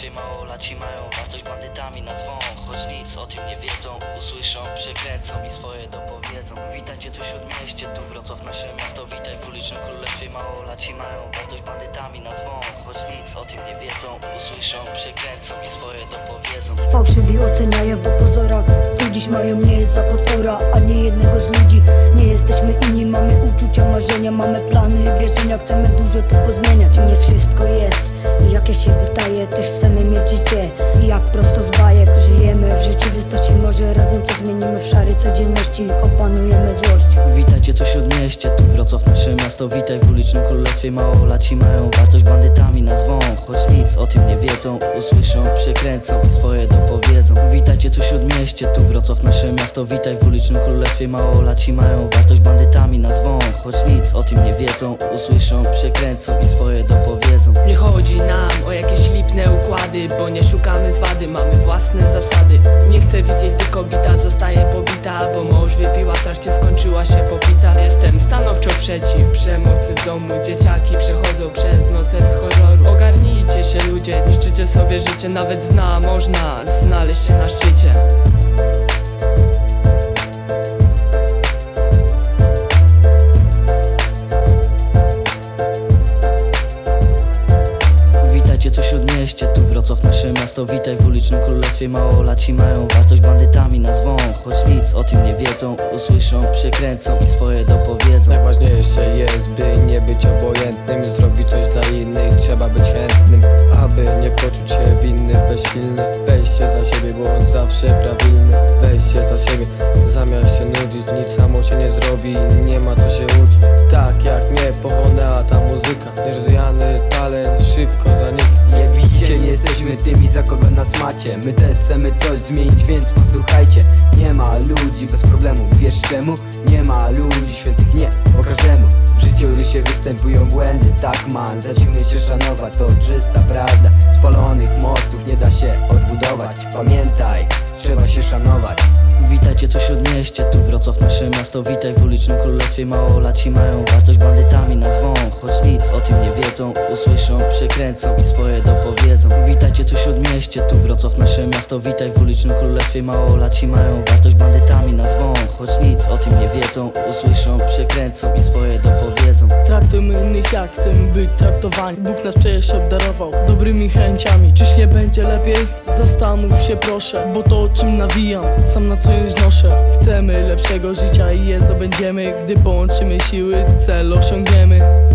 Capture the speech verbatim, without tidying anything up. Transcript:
królestwie małolaci mają wartość, bandytami nazwą, choć nic o tym nie wiedzą. Usłyszą, przekręcą i swoje dopowiedzą. Witajcie tu śródmieście, tu Wrocław nasze miasto. Witaj w ulicznym królestwie małolaci mają wartość, bandytami nazwą, choć nic o tym nie wiedzą. Usłyszą, przekręcą i swoje dopowiedzą. Fałszywi oceniają po pozorach, tu dziś mają nie jest za potwora, a nie jednego z ludzi. Nie jesteśmy inni, mamy uczucia, marzenia, mamy plany, wierzenia. Chcemy dużo tu pozmieniać, nie wszystko jest jakie się wydaje, też chcemy mieć życie i jak prosto z bajek. Żyjemy w rzeczywistości, może razem to zmienimy. W szarej codzienności opanujemy złość. Witajcie tu śródmieście, tu Wrocław nasze miasto. Witaj w ulicznym królestwie małolaci mają wartość, bandytami nazwą, choć nic o tym nie wiedzą. Usłyszą, przekręcą i swoje dopowiedzą. Witajcie tu śródmieście, tu Wrocław nasze miasto. Witaj w ulicznym królestwie małolaci mają wartość, bandytami nazwą, choć nic o tym nie wiedzą. Usłyszą, przekręcą i swoje dopowiedzą. Nie chodzi nam o jakieś lipne układy, bo nie szukamy zwady, mamy własne zasady. Nie chcę widzieć, gdy kobieta zostaje pobita, bo mąż wypiła, w trakcie skończyła się popita. Jestem stanowczo przeciw przemocy w domu. Dzieciaki przechodzą przez noce z horroru. Ogarnijcie się ludzie, niszczycie sobie życie. Nawet zna można znaleźć się na szczycie. Witajcie tu śródmieście, tu Wrocław nasze miasto. Witaj w ulicznym królestwie małolaci mają wartość, bandytami nazwą, choć nic o tym nie wiedzą. Usłyszą, przekręcą i swoje dopowiedzą. Najważniejsze jest, by nie być obojętnym. Zrobić coś dla innych, trzeba być chętnym, aby nie poczuć się winny, bezsilny. Wejście za siebie, błąd zawsze prawilny. Wejście za siebie, zamiast się nudzić. Nic samo się nie zrobi, nie ma co się uczyć. Tak jak mnie pochłonęła ta muzyka, nierozwijany talent szybko zanika. Jak widzicie, nie jesteśmy tymi, za kogo nas macie. My też chcemy coś zmienić, więc posłuchajcie. Nie ma ludzi bez problemu, wiesz czemu? Nie ma ludzi świętych, nie, bo każdemu w życiorysie występują błędy. Tak man, zacznijmy się szanować, to czysta prawda. Spalonych mostów nie da się odbudować. Pamiętaj, trzeba się szanować. Witajcie tu śródmieście, tu Wrocław nasze miasto. Witaj w ulicznym królestwie małolaci mają wartość, bandytami nazwą, choć nic o tym nie wiedzą. Usłyszą, przekręcą i swoje dopowiedzą. Witajcie tu śródmieście, tu Wrocław nasze miasto. Witaj w ulicznym królestwie małolaci mają wartość, bandytami nazwą, choć nic o tym nie wiedzą. Usłyszą, przekręcą i swoje dopowiedzą. Traktujmy innych jak chcemy być traktowani. Bóg nas przecież obdarował dobrymi chęciami. Czyż nie będzie lepiej? Zastanów się proszę, bo to o czym nawijam, sam na co ją znoszę. Chcemy lepszego życia i je zdobędziemy, gdy połączymy siły, cel osiągniemy.